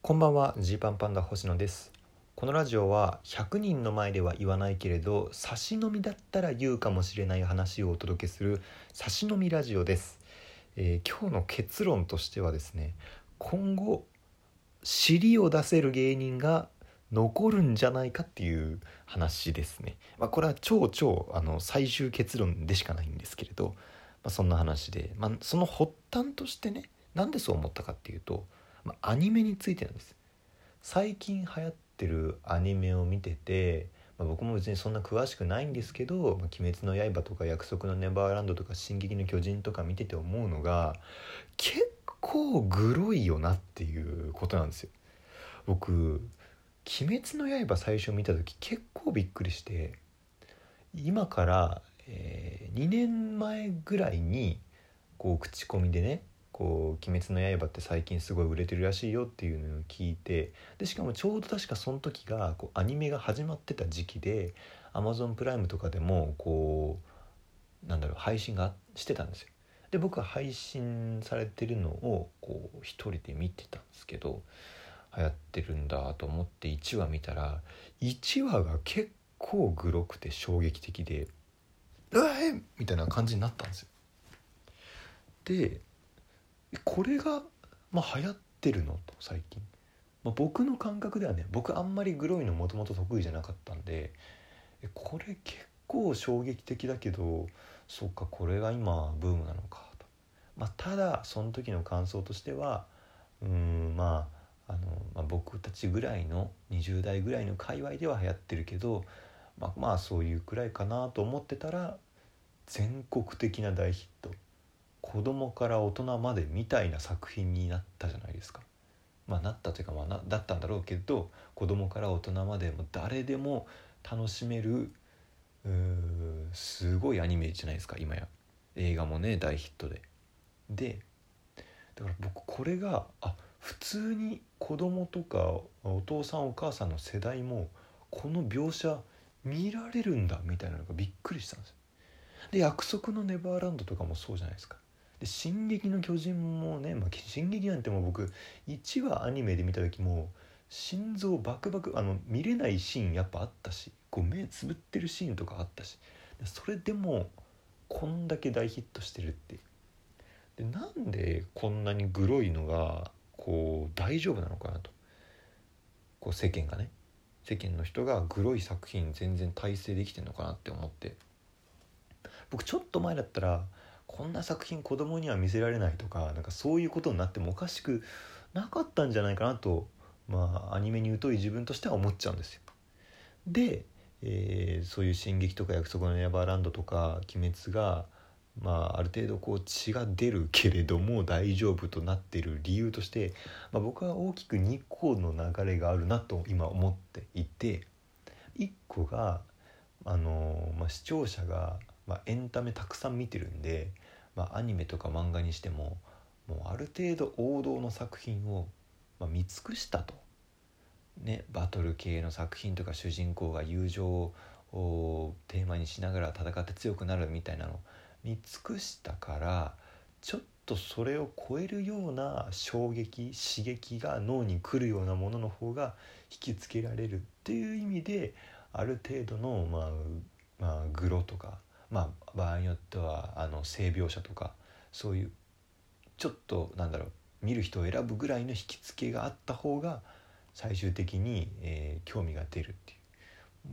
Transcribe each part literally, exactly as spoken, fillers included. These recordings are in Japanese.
こんばんは、ジーパンパンダ星野です。このラジオはひゃくにんの前では言わないけれど差し飲みだったら言うかもしれない話をお届けする差し飲みラジオです。えー今日の結論としてはですね、今後尻を出せる芸人が残るんじゃないかっていう話ですね。まあ、これは超超あの最終結論でしかないんですけれど、まあ、そんな話で、まあ、その発端としてね、なんでそう思ったかっていうと、まあ、アニメについてなんです。最近流行ってるアニメを見てて、まあ、僕も別にそんな詳しくないんですけど「まあ、鬼滅の刃」とか「約束のネバーランド」とか「進撃の巨人」とか見てて思うのが、結構グロいよなっていうことなんですよ。僕鬼滅の刃最初見た時結構びっくりして、今から、えーにねんまえぐらいにこう口コミでね、こう鬼滅の刃って最近すごい売れてるらしいよっていうのを聞いて、でしかもちょうど確かその時がこうアニメが始まってた時期で Amazon プライムとかでもこうなんだろう配信がしてたんですよ。で僕は配信されてるのをこう一人で見てたんですけど、流行ってるんだと思っていちわ見たら、いちわが結構グロくて衝撃的で、うわえみたいな感じになったんですよ。でこれが、まあ、流行ってるのと最近、まあ、僕の感覚ではね、僕あんまりグロいのもともと得意じゃなかったんで、えこれ結構衝撃的だけど、そっかこれが今ブームなのかと。まあ、ただその時の感想としては、うーんまああの、まあ、僕たちぐらいのにじゅう代ぐらいの界隈では流行ってるけど、まあ、まあそういうくらいかなと思ってたら、全国的な大ヒット、子供から大人までみたいな作品になったじゃないですか。まあなったというか、まあなだったんだろうけど、子供から大人までも誰でも楽しめる、うーすごいアニメじゃないですか今や。映画もね大ヒットで。でだから僕これがあ普通に子供とかお父さんお母さんの世代もこの描写見られるんだみたいなのがびっくりしたんですよ。で約束のネバーランドとかもそうじゃないですか。で進撃の巨人もね、まあ、進撃なんてもう僕いちわアニメで見た時も心臓バクバク、あの見れないシーンやっぱあったし、こう目つぶってるシーンとかあったし、それでもこんだけ大ヒットしてるって、でなんでこんなにグロいのがこう大丈夫なのかなと、こう世間がね、世間の人がグロい作品全然体制できてんのかなって思って、僕ちょっと前だったらこんな作品子供には見せられないとか、なんかそういうことになってもおかしくなかったんじゃないかなと、まあアニメに疎い自分としては思っちゃうんですよ。で、えーそういう進撃とか約束のネバーランドとか鬼滅が、まあある程度こう血が出るけれども大丈夫となっている理由として、まあ、僕は大きくにこの流れがあるなと今思っていて、いっこがあのーまあ、視聴者が、まあ、エンタメたくさん見てるんで、まあ、アニメとか漫画にしてももうある程度王道の作品を、まあ、見尽くしたと、ね、バトル系の作品とか主人公が友情をテーマにしながら戦って強くなるみたいなのを見尽くしたから、ちょっとそれを超えるような衝撃刺激が脳に来るようなものの方が引きつけられるっていう意味で、ある程度の、まあまあ、グロとか、まあ、場合によってはあの性描写とか、そういうちょっとなんだろう、見る人を選ぶぐらいの引き付けがあった方が最終的に、えー興味が出るっていう。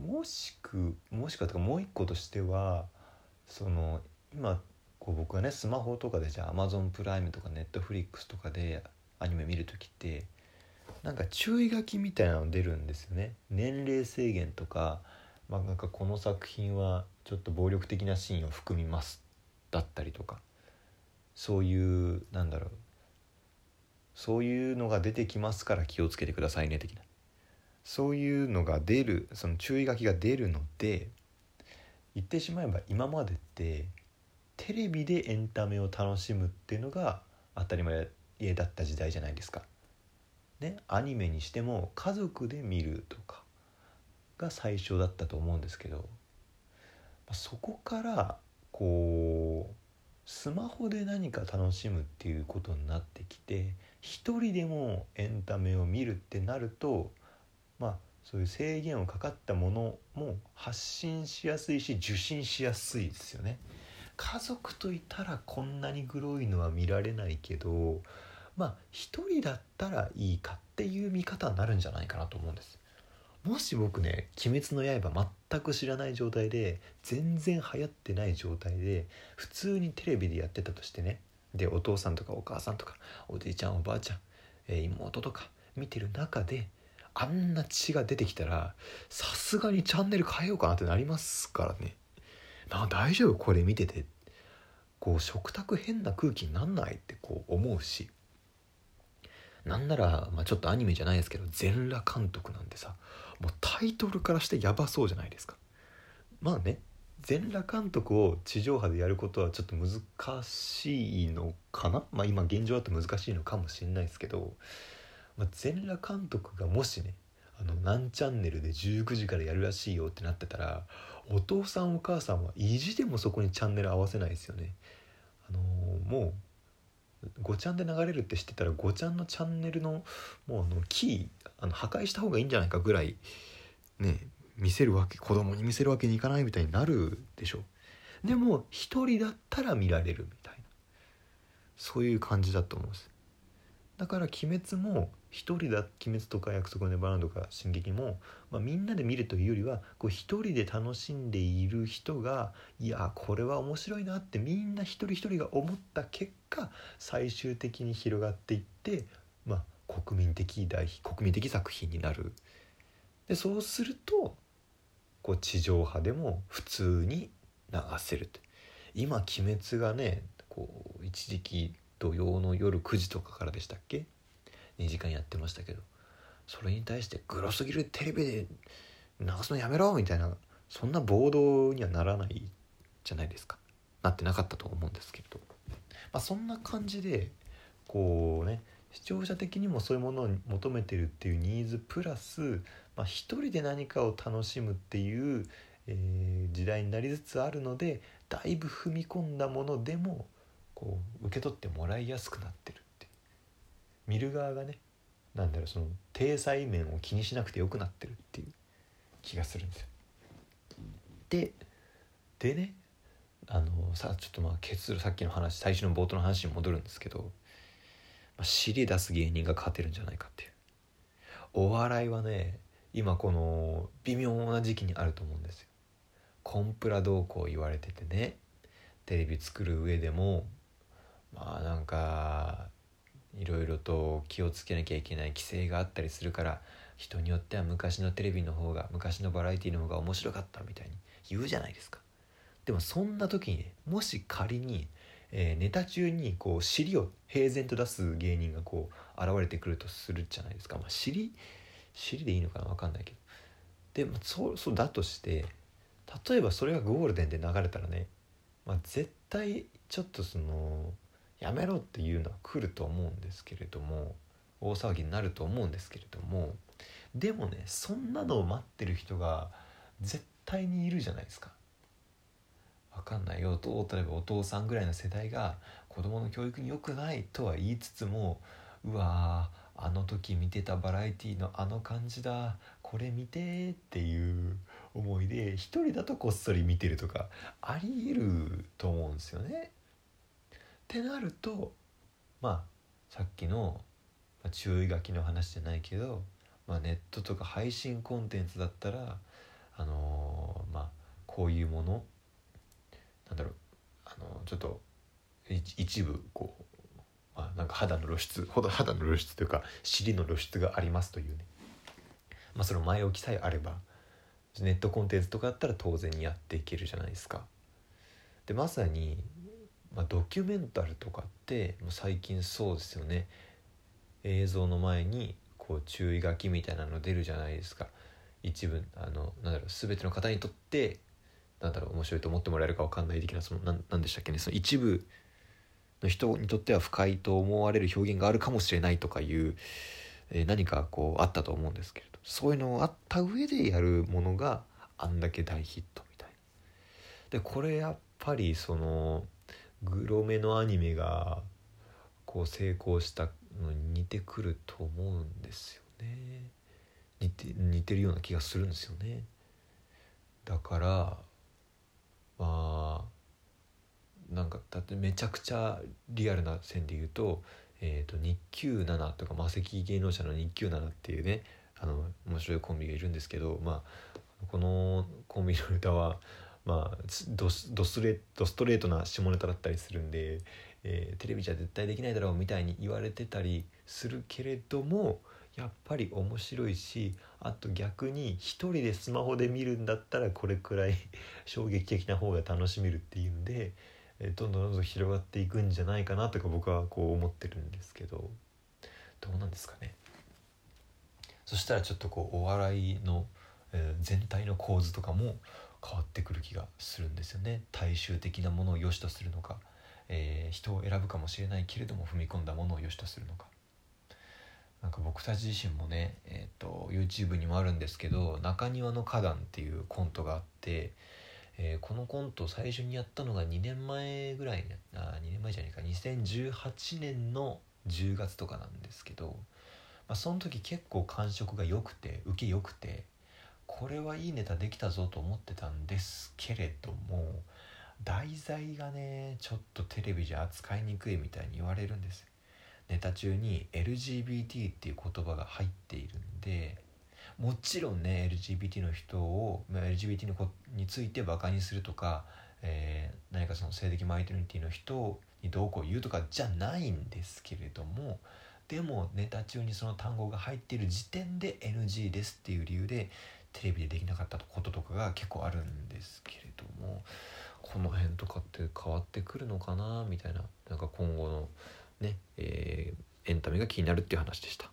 もしくもしくはとかもう一個としては、その今こう僕がねスマホとかでじゃあ Amazon プライムとか Netflix とかでアニメ見るときって、なんか注意書きみたいなの出るんですよね。年齢制限とか、まあ、なんかこの作品はちょっと暴力的なシーンを含みますだったりとか、そういうなんだろう、そういうのが出てきますから気をつけてくださいね的な、そういうのが出る、その注意書きが出るので、言ってしまえば今までってテレビでエンタメを楽しむっていうのが当たり前だった時代じゃないですか。ね、アニメにしても家族で見るとかが最初だったと思うんですけど、そこからこうスマホで何か楽しむっていうことになってきて、 一人でもエンタメを見るってなると、まあそういう制限をかかったものも発信しやすいし受信しやすいですよね。家族といたらこんなにグロいのは見られないけど、まあ一人だったらいいかっていう見方になるんじゃないかなと思うんです。もし僕ね鬼滅の刃全く知らない状態で全然流行ってない状態で普通にテレビでやってたとしてね、でお父さんとかお母さんとかおじいちゃんおばあちゃん、えー、妹とか見てる中であんな血が出てきたらさすがにチャンネル変えようかなってなりますからね。な大丈夫これ見てて、こう食卓変な空気になんないってこう思うし、なんなら、まあ、ちょっとアニメじゃないですけど全裸監督なんでさ、もうタイトルからしてヤバそうじゃないですか。まあね、全裸監督を地上波でやることはちょっと難しいのかな、まあ今現状だと難しいのかもしれないですけど、まあ、全裸監督がもしねあの何チャンネルでじゅうくじからやるらしいよってなってたら、お父さんお母さんは意地でもそこにチャンネル合わせないですよね。あのー、もうごちゃんで流れるって知ってたらごちゃんのチャンネルのもうあのキーあの破壊した方がいいんじゃないかぐらいね見せるわけ、子供に見せるわけにいかないみたいになるでしょ。でも一人だったら見られるみたいな、そういう感じだと思うんです。だから鬼滅も一人だ鬼滅とか約束のネバーランドとか進撃も、まあ、みんなで見るというよりはこう一人で楽しんでいる人がいやこれは面白いなってみんな一人一人が思った結果最終的に広がっていって、まあ、国民的大国民的作品になる。でそうするとこう地上波でも普通に流せるって。今鬼滅がねこう一時期土曜の夜くじとかからでしたっけにじかんやってましたけど、それに対してグロすぎるテレビで流すのやめろみたいなそんな暴動にはならないじゃないですか。なってなかったと思うんですけれど、まあ、そんな感じでこうね視聴者的にもそういうものを求めてるっていうニーズプラス、まあ、一人で何かを楽しむっていう、えー、時代になりつつあるのでだいぶ踏み込んだものでもこう受け取ってもらいやすくなってるっていう、見る側がねなんだろうその体裁面を気にしなくてよくなってるっていう気がするんですよ。ででねあのさちょっとまあ結論さっきの話最初の冒頭の話に戻るんですけど、まあ、尻出す芸人が勝てるんじゃないかっていう。お笑いはね今この微妙な時期にあると思うんですよ。コンプラどうこう言われててね、テレビ作る上でもまあなんかいろいろと気をつけなきゃいけない規制があったりするから、人によっては昔のテレビの方が昔のバラエティの方が面白かったみたいに言うじゃないですか。でもそんな時に、ね、もし仮に、えー、ネタ中にこう尻を平然と出す芸人がこう現れてくるとするじゃないですか。まあ、尻尻でいいのかな分かんないけど、でもそうそうだとして例えばそれがゴールデンで流れたらね、まあ、絶対ちょっとそのやめろっていうのは来ると思うんですけれども、大騒ぎになると思うんですけれども、でもねそんなのを待ってる人が絶対にいるじゃないですか。分かんないよと例えばお父さんぐらいの世代が子供の教育に良くないとは言いつつも、うわーあの時見てたバラエティのあの感じだこれ見てっていう思いで一人だとこっそり見てるとかありえると思うんですよね。ってなるとまあさっきの、まあ、注意書きの話じゃないけど、まあ、ネットとか配信コンテンツだったらあのー、まあこういうものなんだろうあのー、ちょっと一部こう、まあ、なんか肌の露出肌の露出というか尻の露出がありますというね、まあその前置きさえあればネットコンテンツとかだったら当然にやっていけるじゃないですか。でまさにまあ、ドキュメンタルとかってもう最近そうですよね。映像の前にこう注意書きみたいなの出るじゃないですか。一部あのなんだろう全ての方にとってなんだろう面白いと思ってもらえるか分かんない的なそのなんなんでしたっけねその一部の人にとっては不快と思われる表現があるかもしれないとかいう、えー、何かこうあったと思うんですけれど、そういうのがあった上でやるものがあんだけ大ヒットみたいな。でこれやっぱりそのグロめのアニメがこう成功したのに似てくると思うんですよね。似て似てるような気がするんですよね。だからまあなんかだってめちゃくちゃリアルな線で言うと、えー、と日給ななとか魔石芸能者の日給ななっていうね、あの面白いコンビがいるんですけど、まあこのコンビの歌はまあドス、ドスレドストレートな下ネタだったりするんで、えーテレビじゃ絶対できないだろうみたいに言われてたりするけれども、やっぱり面白いし、あと逆に一人でスマホで見るんだったらこれくらい衝撃的な方が楽しめるっていうんで、えーどんどんどんどん広がっていくんじゃないかなとか僕はこう思ってるんですけど、どうなんですかね。そしたらちょっとこうお笑いの、えー全体の構図とかも変わってくる気がするんですよね。大衆的なものを良しとするのか、えー人を選ぶかもしれないけれども踏み込んだものを良しとするのか。なんか僕たち自身もね、えー、と YouTube にもあるんですけど、中庭の花壇っていうコントがあって、えーこのコント最初にやったのがにねんまえぐらい、あにねんまえじゃないかにせんじゅうはちねんのじゅうがつとかなんですけど、まあ、その時結構感触が良くて受け良くて、これはいいネタできたぞと思ってたんですけれども、題材がねちょっとテレビじゃ扱いにくいみたいに言われるんです。ネタ中に エルジービーティー っていう言葉が入っているんで、もちろんね エルジービーティー の人を、まあ、エルジービーティー の子についてバカにするとか、えー何かその性的マイノリティの人にどうこう言うとかじゃないんですけれども、でもネタ中にその単語が入っている時点で エヌジー ですっていう理由でテレビでできなかったこととかが結構あるんですけれども、この辺とかって変わってくるのかなみたいな、なんか今後のね、えーエンタメが気になるっていう話でした。